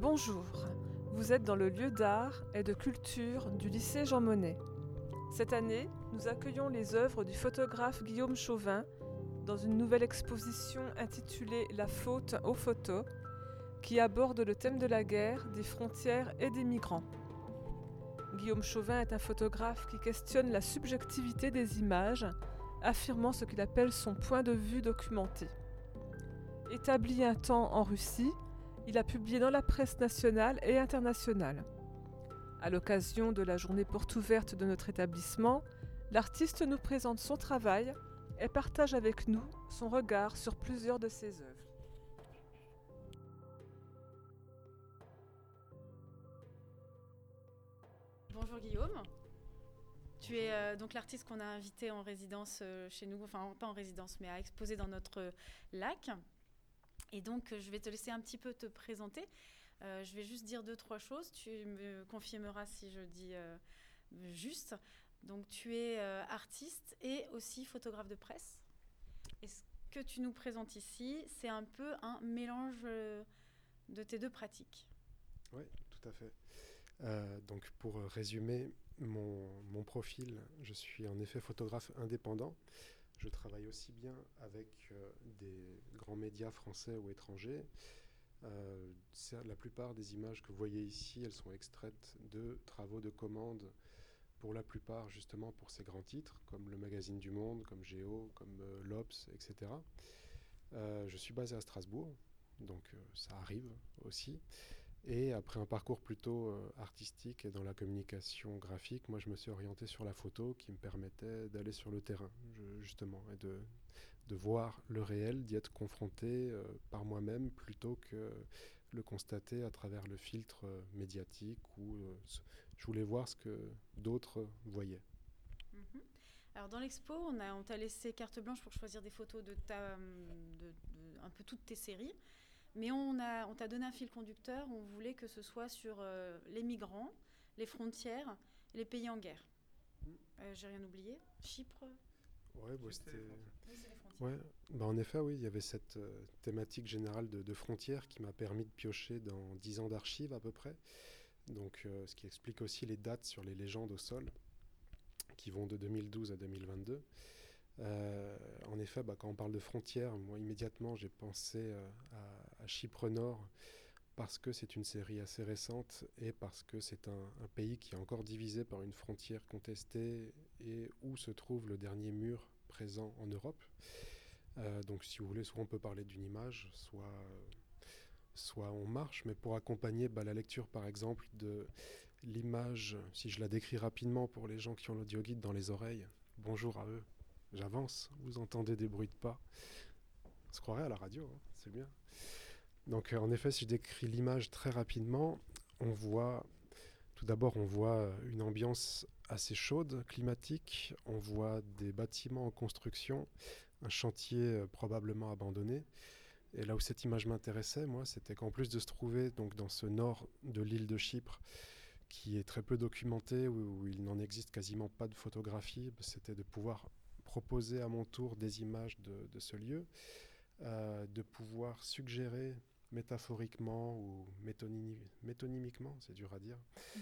Bonjour, vous êtes dans le lieu d'art et de culture du lycée Jean Monnet. Cette année, nous accueillons les œuvres du photographe Guillaume Chauvin dans une nouvelle exposition intitulée La faute aux photos, qui aborde le thème de la guerre, des frontières et des migrants. Guillaume Chauvin est un photographe qui questionne la subjectivité des images, affirmant ce qu'il appelle son point de vue documenté. Établi un temps en Russie, il a publié dans la presse nationale et internationale. À l'occasion de la journée porte ouverte de notre établissement, l'artiste nous présente son travail et partage avec nous son regard sur plusieurs de ses œuvres. Bonjour Guillaume, tu es donc l'artiste qu'on a invité en résidence chez nous, enfin pas en résidence mais à exposer dans notre lac. Et donc je vais te laisser un petit peu te présenter. Je vais juste dire 2-3 choses, tu me confirmeras si je dis juste. Donc tu es artiste et aussi photographe de presse. Et ce que tu nous présentes ici, c'est un peu un mélange de tes deux pratiques. Oui, tout à fait. Donc pour résumer mon profil, je suis en effet photographe indépendant. Je travaille aussi bien avec des grands médias français ou étrangers. La plupart des images que vous voyez ici, elles sont extraites de travaux de commande, pour la plupart justement pour ces grands titres, comme le Magazine du Monde, comme Géo, comme l'Obs, etc. Je suis basé à Strasbourg, donc ça arrive aussi. Et après un parcours plutôt artistique et dans la communication graphique, moi je me suis orienté sur la photo qui me permettait d'aller sur le terrain, justement, et de voir le réel, d'y être confronté par moi-même plutôt que le constater à travers le filtre médiatique où je voulais voir ce que d'autres voyaient. Mhm. Alors dans l'expo, on t'a laissé carte blanche pour choisir des photos de un peu toutes tes séries. Mais on t'a donné un fil conducteur, on voulait que ce soit sur les migrants, les frontières, les pays en guerre. J'ai rien oublié. Chypre. Ouais, bah, c'était... Oui, c'est les frontières. Ouais, bah en effet, oui, il y avait cette thématique générale de frontières qui m'a permis de piocher dans 10 ans d'archives à peu près. Donc, ce qui explique aussi les dates sur les légendes au sol, qui vont de 2012 à 2022. En effet, bah, quand on parle de frontières, moi immédiatement j'ai pensé à Chypre Nord, parce que c'est une série assez récente et parce que c'est un pays qui est encore divisé par une frontière contestée et où se trouve le dernier mur présent en Europe. Donc si vous voulez, soit on peut parler d'une image, soit on marche, mais pour accompagner la lecture par exemple de l'image, si je la décris rapidement pour les gens qui ont l'audio guide dans les oreilles, bonjour à eux, j'avance, vous entendez des bruits de pas, on se croirait à la radio, hein, c'est bien. Donc en effet, si je décris l'image très rapidement, tout d'abord on voit une ambiance assez chaude, climatique, on voit des bâtiments en construction, un chantier probablement abandonné. Et là où cette image m'intéressait, moi, c'était qu'en plus de se trouver donc, dans ce nord de l'île de Chypre, qui est très peu documenté, où il n'en existe quasiment pas de photographie, c'était de pouvoir proposer à mon tour des images de ce lieu, de pouvoir suggérer métaphoriquement ou métonymiquement, c'est dur à dire,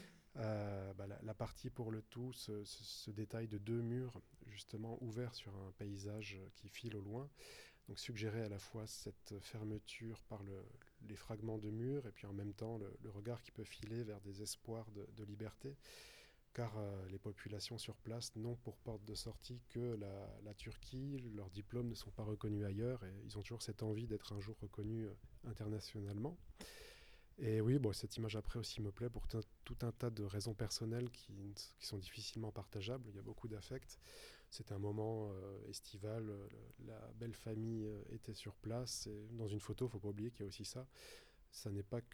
la partie pour le tout, ce détail de 2 murs justement ouverts sur un paysage qui file au loin. Donc suggérer à la fois cette fermeture par les fragments de murs et puis en même temps le regard qui peut filer vers des espoirs de liberté, car les populations sur place n'ont pour porte de sortie que la Turquie, leurs diplômes ne sont pas reconnus ailleurs et ils ont toujours cette envie d'être un jour reconnus internationalement. Et oui, bon, cette image après aussi me plaît pour tout un tas de raisons personnelles qui sont difficilement partageables. Il y a beaucoup d'affect. C'était un moment estival, la belle famille était sur place. Et dans une photo, il ne faut pas oublier qu'il y a aussi ça. Ça n'est pas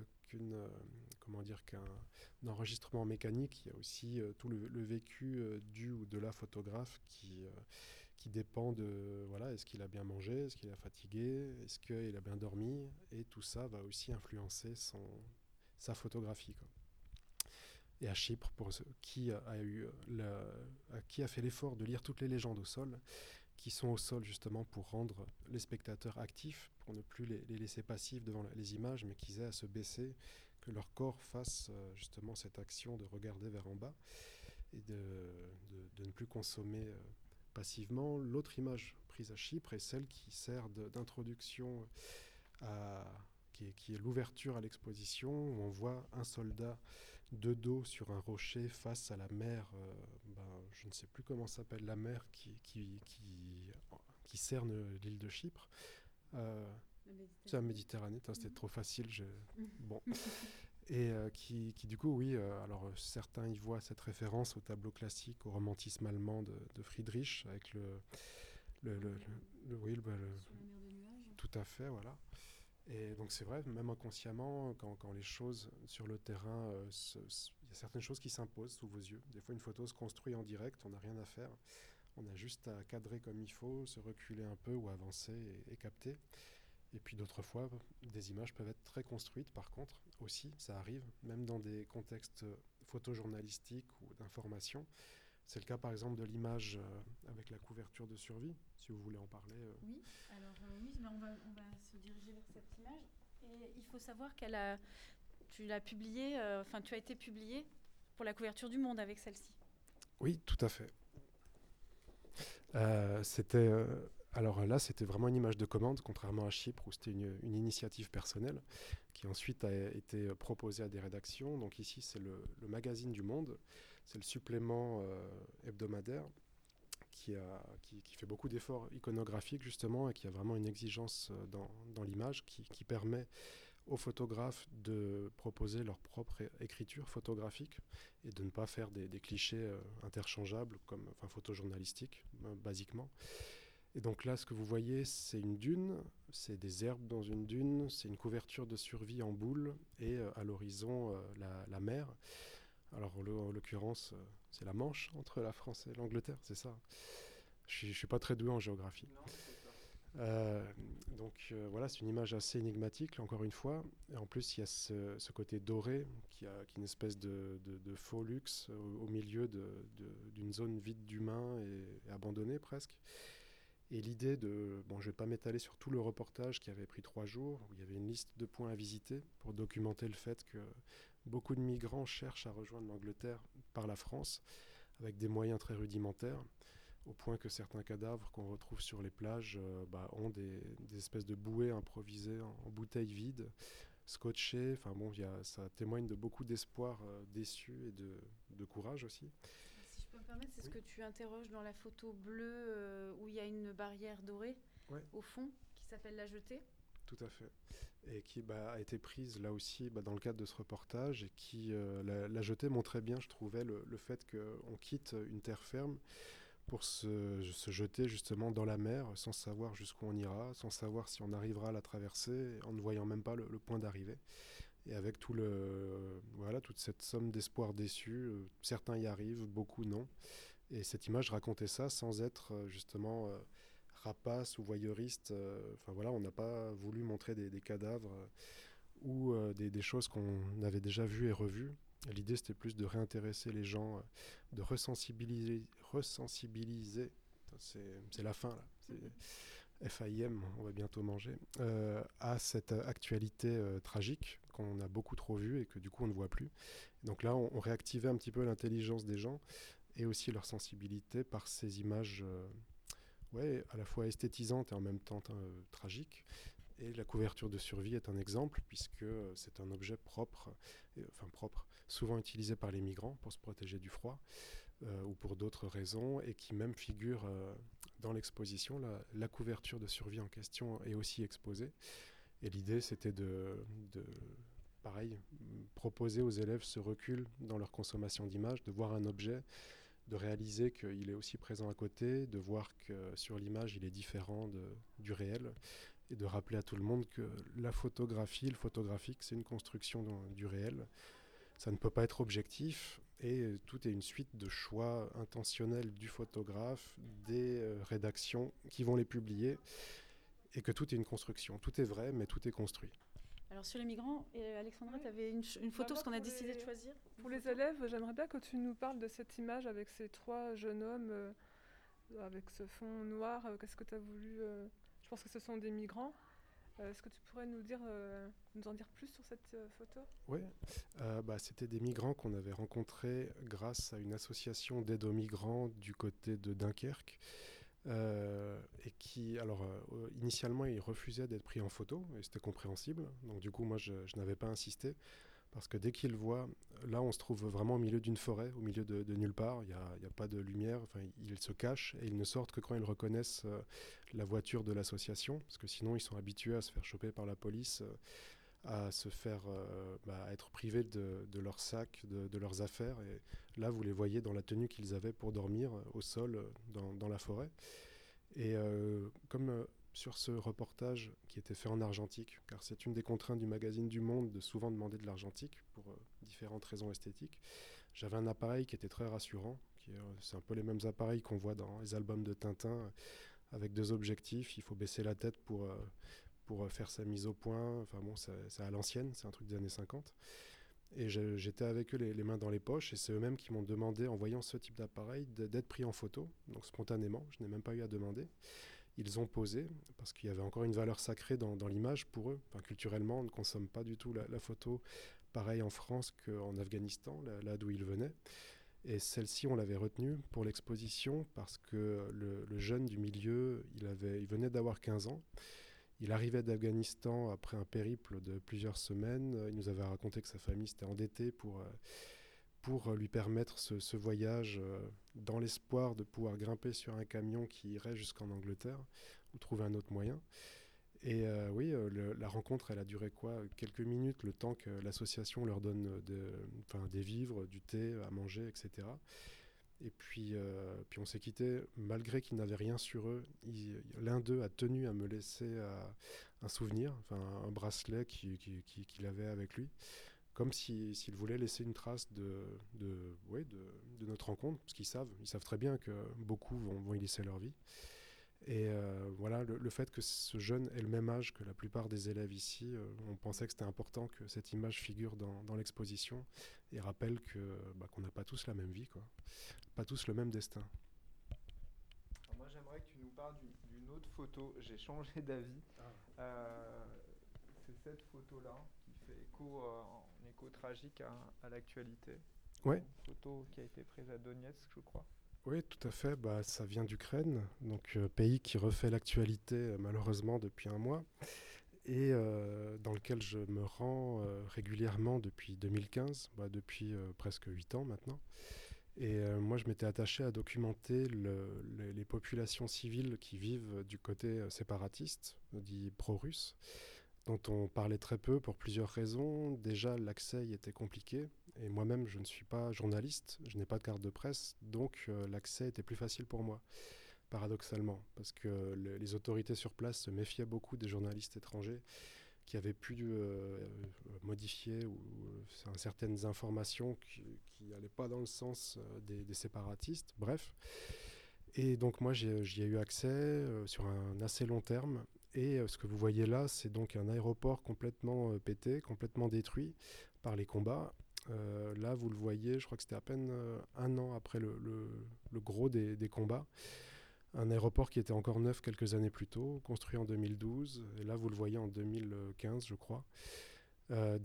qu'un enregistrement mécanique. Il y a aussi tout le vécu du ou de la photographe qui dépend de, voilà, est-ce qu'il a bien mangé, est-ce qu'il est fatigué, est-ce qu'il a bien dormi, et tout ça va aussi influencer sa photographie, quoi. Et à Chypre, qui a fait l'effort de lire toutes les légendes au sol, qui sont au sol justement pour rendre les spectateurs actifs, pour ne plus les laisser passifs devant les images, mais qu'ils aient à se baisser, que leur corps fasse justement cette action de regarder vers en bas et de ne plus consommer passivement. L'autre image prise à Chypre est celle qui sert d'introduction qui est l'ouverture à l'exposition, où on voit un soldat de dos sur un rocher face à la mer, je ne sais plus comment s'appelle la mer qui cerne l'île de Chypre. C'est la Méditerranée, c'était trop facile. Bon. Et qui du coup, oui, alors certains y voient cette référence au tableau classique, au romantisme allemand de Friedrich, avec tout à fait, voilà. Et donc c'est vrai, même inconsciemment, quand les choses sur le terrain, il y a certaines choses qui s'imposent sous vos yeux. Des fois, une photo se construit en direct, on n'a rien à faire. On a juste à cadrer comme il faut, se reculer un peu ou avancer et capter. Et puis d'autres fois, des images peuvent être très construites, par contre, aussi, ça arrive, même dans des contextes photojournalistiques ou d'information. C'est le cas par exemple de l'image avec la couverture de survie, si vous voulez en parler. Oui, alors oui, mais on va se diriger vers cette image. Et il faut savoir tu l'as publiée, tu as été publié pour la couverture du Monde avec celle-ci. Oui, tout à fait. Alors là, c'était vraiment une image de commande, contrairement à Chypre, où c'était une initiative personnelle, qui ensuite a été proposée à des rédactions. Donc ici, c'est le magazine du Monde, c'est le supplément hebdomadaire, qui fait beaucoup d'efforts iconographiques, justement, et qui a vraiment une exigence dans l'image, qui permet aux photographes de proposer leur propre écriture photographique et de ne pas faire des clichés interchangeables, photojournalistiques, basiquement. Et donc là, ce que vous voyez, c'est une dune, c'est des herbes dans une dune, c'est une couverture de survie en boule et à l'horizon, la mer. Alors en l'occurrence, c'est la Manche entre la France et l'Angleterre, c'est ça. Je suis pas très doué en géographie. Donc voilà, c'est une image assez énigmatique, encore une fois. Et en plus, il y a ce côté doré, qui est une espèce de faux luxe au milieu d'une zone vide d'humains et abandonnée presque. Et l'idée je ne vais pas m'étaler sur tout le reportage qui avait pris 3 jours, où il y avait une liste de points à visiter pour documenter le fait que beaucoup de migrants cherchent à rejoindre l'Angleterre par la France, avec des moyens très rudimentaires, au point que certains cadavres qu'on retrouve sur les plages ont des espèces de bouées improvisées en bouteilles vides, scotchées. Ça témoigne de beaucoup d'espoir déçu et de courage aussi. Si je peux me permettre, c'est ce que tu interroges dans la photo bleue où il y a une barrière dorée au fond qui s'appelle La Jetée. Tout à fait. Et qui a été prise là aussi dans le cadre de ce reportage et qui, la Jetée montrait bien, je trouvais, le fait qu'on quitte une terre ferme pour se jeter justement dans la mer sans savoir jusqu'où on ira, sans savoir si on arrivera à la traverser, en ne voyant même pas le point d'arrivée. Et avec toute cette somme d'espoir déçu, certains y arrivent, beaucoup non. Et cette image racontait ça sans être justement rapace ou voyeuriste. On n'a pas voulu montrer des cadavres ou des choses qu'on avait déjà vues et revues. L'idée, c'était plus de réintéresser les gens, de ressensibiliser. C'est la fin, là. FAIM, on va bientôt manger, à cette actualité tragique qu'on a beaucoup trop vue et que du coup on ne voit plus. Donc là, on réactivait un petit peu l'intelligence des gens et aussi leur sensibilité par ces images à la fois esthétisantes et en même temps tragiques. Et la couverture de survie est un exemple, puisque c'est un objet propre, souvent utilisé par les migrants pour se protéger du froid ou pour d'autres raisons, et qui même figure dans l'exposition. La couverture de survie en question est aussi exposée. Et l'idée, c'était pareil, proposer aux élèves ce recul dans leur consommation d'images, de voir un objet, de réaliser qu'il est aussi présent à côté, de voir que sur l'image, il est différent du réel, et de rappeler à tout le monde que la photographie, le photographique, c'est une construction du réel. Ça ne peut pas être objectif, et tout est une suite de choix intentionnels du photographe, des rédactions qui vont les publier, et que tout est une construction. Tout est vrai, mais tout est construit. Alors sur les migrants, Alexandra, tu avais une photo, parce qu'on a décidé de choisir. Pour les élèves, j'aimerais bien que tu nous parles de cette image avec ces 3 jeunes hommes avec ce fond noir, qu'est-ce que tu as voulu Je pense que ce sont des migrants. Est-ce que tu pourrais nous en dire plus sur cette photo? Oui, c'était des migrants qu'on avait rencontrés grâce à une association d'aide aux migrants du côté de Dunkerque. Et qui, alors, initialement, ils refusaient d'être pris en photo, et c'était compréhensible. Donc, du coup, moi, je n'avais pas insisté, parce que dès qu'ils le voient, là, on se trouve vraiment au milieu d'une forêt, au milieu de nulle part. Il y a pas de lumière. Enfin, ils se cachent et ils ne sortent que quand ils reconnaissent la voiture de l'association, parce que sinon, ils sont habitués à se faire choper par la police, à se faire être privés de leurs sacs, de leurs affaires. Et là, vous les voyez dans la tenue qu'ils avaient pour dormir au sol dans la forêt. Et comme sur ce reportage qui était fait en argentique, car c'est une des contraintes du magazine du Monde de souvent demander de l'argentique pour différentes raisons esthétiques, j'avais un appareil qui était très rassurant. C'est un peu les mêmes appareils qu'on voit dans les albums de Tintin, avec deux objectifs. Il faut baisser la tête pour faire sa mise au point. Enfin bon, c'est à l'ancienne, c'est un truc des années 50. Et j'étais avec eux les mains dans les poches, et c'est eux-mêmes qui m'ont demandé, en voyant ce type d'appareil, d'être pris en photo, donc spontanément, je n'ai même pas eu à demander. Ils ont posé, parce qu'il y avait encore une valeur sacrée dans l'image pour eux. Enfin, culturellement, on ne consomme pas du tout la photo pareil en France qu'en Afghanistan, là d'où ils venaient. Et celle-ci, on l'avait retenue pour l'exposition parce que le jeune du milieu, il venait d'avoir 15 ans. Il arrivait d'Afghanistan après un périple de plusieurs semaines. Il nous avait raconté que sa famille s'était endettée pour lui permettre ce voyage dans l'espoir de pouvoir grimper sur un camion qui irait jusqu'en Angleterre ou trouver un autre moyen. Et oui, la rencontre, elle a duré quoi? Quelques minutes, le temps que l'association leur donne des vivres, du thé à manger, etc. Et puis on s'est quitté, malgré qu'ils n'avaient rien sur eux. L'un d'eux a tenu à me laisser un souvenir, enfin un bracelet qu'il avait avec lui, comme s'il voulait laisser une trace de notre rencontre, parce ils savent très bien que beaucoup vont y laisser leur vie. Et voilà, le fait que ce jeune ait le même âge que la plupart des élèves ici, on pensait que c'était important que cette image figure dans l'exposition et rappelle qu'on n'a pas tous la même vie, quoi. Pas tous le même destin. Alors moi, j'aimerais que tu nous parles d'une autre photo. J'ai changé d'avis. C'est cette photo-là qui fait en écho tragique à l'actualité. Ouais. Une photo qui a été prise à Donetsk, je crois. Oui, tout à fait. Ça vient d'Ukraine, donc pays qui refait l'actualité malheureusement depuis un mois, et dans lequel je me rends régulièrement depuis 2015, depuis presque 8 ans maintenant. Et moi, je m'étais attaché à documenter les populations civiles qui vivent du côté séparatiste, dit pro-russe, dont on parlait très peu pour plusieurs raisons. Déjà, l'accès y était compliqué. Et moi-même, je ne suis pas journaliste, je n'ai pas de carte de presse, donc l'accès était plus facile pour moi, paradoxalement, parce que les autorités sur place se méfiaient beaucoup des journalistes étrangers qui avaient pu modifier certaines informations qui n'allaient pas dans le sens des séparatistes, bref. Et donc moi, j'y ai eu accès sur un assez long terme. Et ce que vous voyez là, c'est donc un aéroport complètement pété, complètement détruit par les combats. Là, vous le voyez, je crois que c'était à peine un an après le gros des combats. Un aéroport qui était encore neuf quelques années plus tôt, construit en 2012. Et là, vous le voyez en 2015, je crois. Là,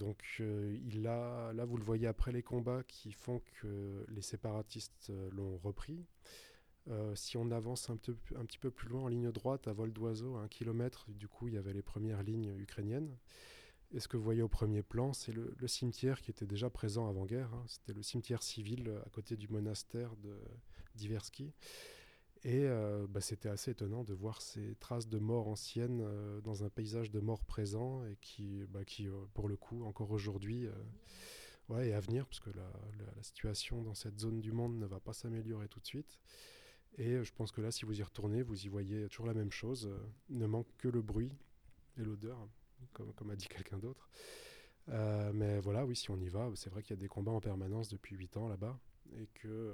vous le voyez après les combats qui font que les séparatistes l'ont repris. Si on avance un petit peu plus loin en ligne droite, à vol d'oiseau, à 1 kilomètre, du coup, il y avait les premières lignes ukrainiennes. Et ce que vous voyez au premier plan, c'est le cimetière qui était déjà présent avant-guerre. C'était le cimetière civil à côté du monastère d'Iversky. Et c'était assez étonnant de voir ces traces de morts anciennes dans un paysage de morts présents et qui pour le coup, encore aujourd'hui, est à venir, parce que la situation dans cette zone du monde ne va pas s'améliorer tout de suite. Et je pense que là, si vous y retournez, vous y voyez toujours la même chose. Ne manque que le bruit et l'odeur, comme a dit quelqu'un d'autre. Mais voilà, oui, si on y va, c'est vrai qu'il y a des combats en permanence depuis 8 ans là-bas, et que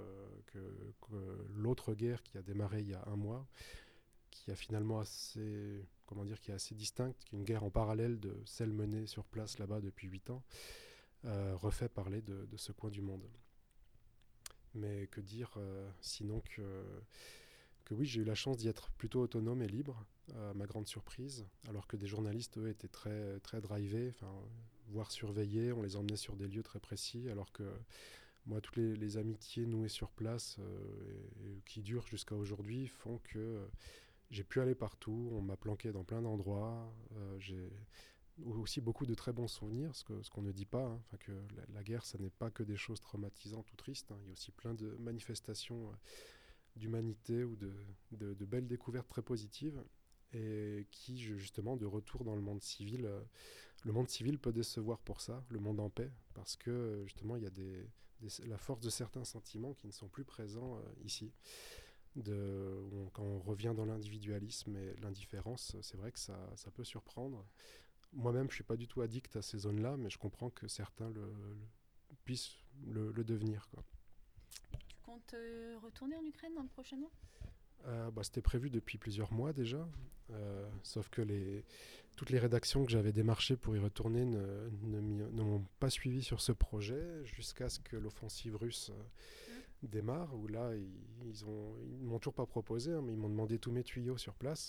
l'autre guerre qui a démarré il y a un mois, qui a finalement qui est assez distincte, qui est une guerre en parallèle de celle menée sur place là-bas depuis 8 ans, refait parler de ce coin du monde. Mais que dire sinon que oui, j'ai eu la chance d'y être plutôt autonome et libre, à ma grande surprise, alors que des journalistes, eux, étaient très, très drivés, voire surveillés, on les emmenait sur des lieux très précis, alors que moi, toutes les amitiés nouées sur place et qui durent jusqu'à aujourd'hui font que j'ai pu aller partout, on m'a planqué dans plein d'endroits, j'ai aussi beaucoup de très bons souvenirs, ce qu'on ne dit pas, hein, que la guerre, ça n'est pas que des choses traumatisantes ou tristes, hein, il y a aussi plein de manifestations d'humanité ou de belles découvertes très positives, et qui, justement, de retour dans le monde civil peut décevoir pour ça, le monde en paix, parce que, justement, il y a la force de certains sentiments qui ne sont plus présents ici. Quand on revient dans l'individualisme et l'indifférence, c'est vrai que ça peut surprendre. Moi-même, je ne suis pas du tout addict à ces zones-là, mais je comprends que certains puissent le devenir, quoi. Tu comptes retourner en Ukraine dans le prochain mois? C'était prévu depuis plusieurs mois déjà, sauf que toutes les rédactions que j'avais démarchées pour y retourner ne m'ont pas suivi sur ce projet jusqu'à ce que l'offensive russe démarre, où là, ils ne m'ont toujours pas proposé, hein, mais ils m'ont demandé tous mes tuyaux sur place.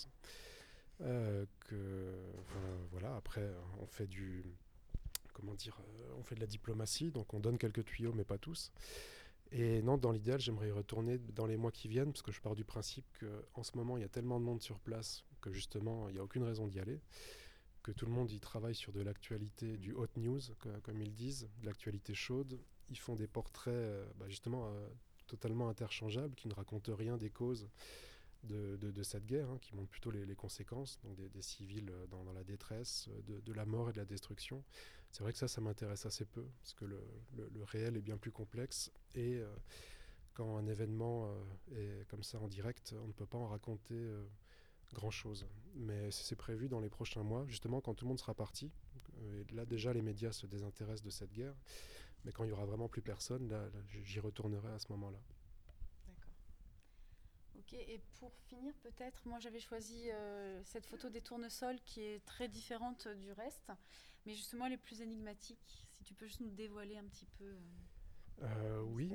Voilà, après, on fait on fait de la diplomatie, donc on donne quelques tuyaux, mais pas tous. Et non, dans l'idéal, j'aimerais y retourner dans les mois qui viennent, parce que je pars du principe qu'en ce moment, il y a tellement de monde sur place que justement, il n'y a aucune raison d'y aller, que tout le monde y travaille sur de l'actualité, du hot news, comme ils disent, de l'actualité chaude. Ils font des portraits, justement, totalement interchangeables, qui ne racontent rien des causes de cette guerre, hein, qui montrent plutôt les conséquences, donc des civils dans la détresse, de la mort et de la destruction. C'est vrai que ça m'intéresse assez peu, parce que le réel est bien plus complexe, et quand un événement est comme ça en direct, on ne peut pas en raconter grand-chose. Mais c'est prévu dans les prochains mois, justement quand tout le monde sera parti. Et là déjà les médias se désintéressent de cette guerre, mais quand il n'y aura vraiment plus personne, là j'y retournerai à ce moment-là. D'accord. Ok, et pour finir peut-être, moi j'avais choisi cette photo des tournesols qui est très différente du reste, mais justement elle est plus énigmatique. Si tu peux juste nous dévoiler un petit peu. Oui.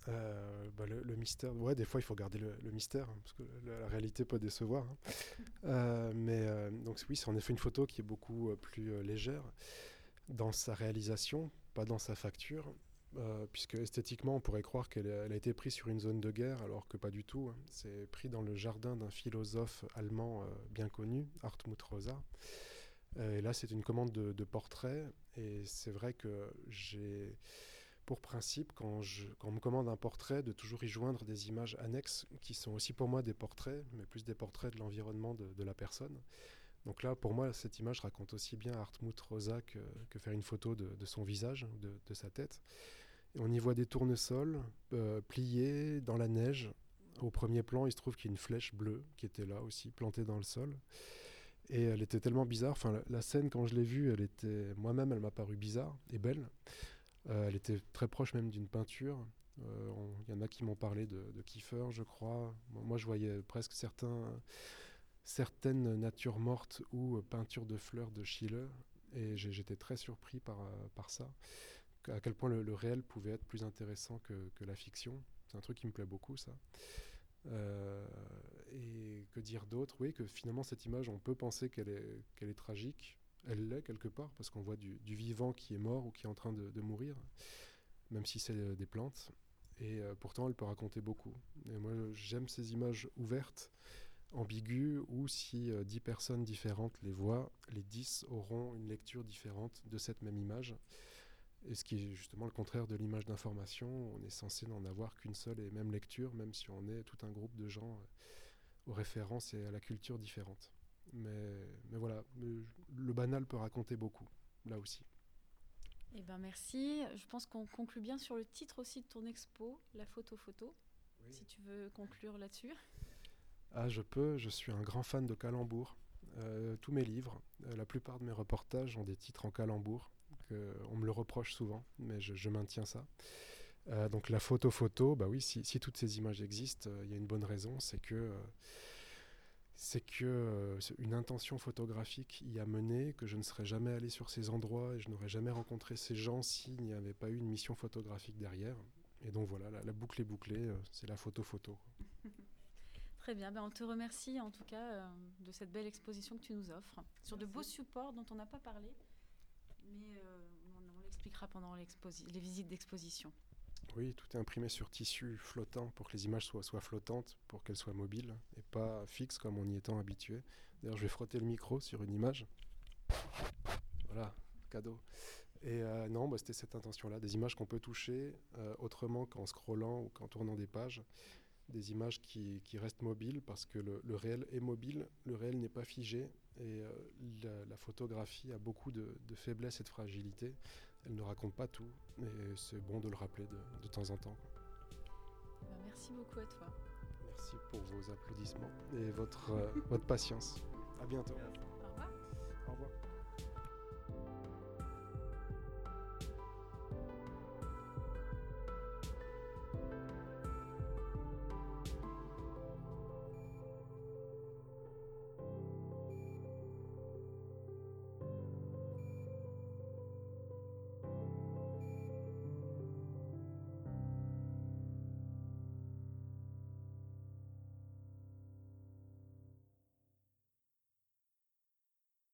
Le mystère, ouais, des fois il faut garder le mystère, hein, parce que la réalité peut décevoir, hein. Donc oui, c'est en effet une photo qui est beaucoup plus légère dans sa réalisation, pas dans sa facture, puisque esthétiquement on pourrait croire qu'elle a été prise sur une zone de guerre, alors que pas du tout, hein. C'est pris dans le jardin d'un philosophe allemand bien connu, Hartmut Rosa. Et là c'est une commande de portrait, et c'est vrai que j'ai pour principe, quand on me commande un portrait, de toujours y joindre des images annexes qui sont aussi pour moi des portraits, mais plus des portraits de l'environnement de la personne. Donc là, pour moi, cette image raconte aussi bien Hartmut Rosa que faire une photo de son visage, de sa tête. Et on y voit des tournesols pliés dans la neige. Au premier plan, il se trouve qu'il y a une flèche bleue qui était là aussi, plantée dans le sol. Et elle était tellement bizarre. Enfin, la scène, quand je l'ai vue, moi-même, elle m'a paru bizarre et belle. Elle était très proche même d'une peinture. Il y en a qui m'ont parlé de Kiefer, je crois. Moi, je voyais presque certaines natures mortes ou peintures de fleurs de Schiller. Et j'étais très surpris par ça. À quel point le réel pouvait être plus intéressant que la fiction. C'est un truc qui me plaît beaucoup, ça. Et que dire d'autre? Oui, que finalement, cette image, on peut penser qu'elle est tragique. Elle l'est quelque part, parce qu'on voit du vivant qui est mort ou qui est en train de mourir, même si c'est des plantes. Et pourtant, elle peut raconter beaucoup. Et moi, j'aime ces images ouvertes, ambiguës, où si 10 personnes différentes les voient, les 10 auront une lecture différente de cette même image. Et ce qui est justement le contraire de l'image d'information. On est censé n'en avoir qu'une seule et même lecture, même si on est tout un groupe de gens aux références et à la culture différentes. Mais voilà, le banal peut raconter beaucoup, là aussi. Eh ben merci. Je pense qu'on conclut bien sur le titre aussi de ton expo, La photo. Oui. Si tu veux conclure là-dessus. Je suis un grand fan de calembours. Tous mes livres, la plupart de mes reportages ont des titres en calembour. On me le reproche souvent, mais je maintiens ça. Donc la photo, bah oui, si toutes ces images existent, il y a une bonne raison, c'est que une intention photographique y a mené, que je ne serais jamais allé sur ces endroits et je n'aurais jamais rencontré ces gens s'il n'y avait pas eu une mission photographique derrière. Et donc voilà, la boucle est bouclée, c'est la photo. Très bien, on te remercie en tout cas de cette belle exposition que tu nous offres, sur de beaux supports dont on n'a pas parlé, mais on l'expliquera pendant les visites d'exposition. Oui, tout est imprimé sur tissu flottant pour que les images soient flottantes, pour qu'elles soient mobiles et pas fixes comme on y étant habitué. D'ailleurs, je vais frotter le micro sur une image. Voilà, cadeau. Et non, c'était cette intention-là, des images qu'on peut toucher autrement qu'en scrollant ou qu'en tournant des pages, des images qui restent mobiles parce que le réel est mobile, le réel n'est pas figé et la photographie a beaucoup de faiblesse et de fragilité. Elle ne raconte pas tout et c'est bon de le rappeler de temps en temps. Merci beaucoup à toi. Merci pour vos applaudissements et votre patience. À bientôt. Merci.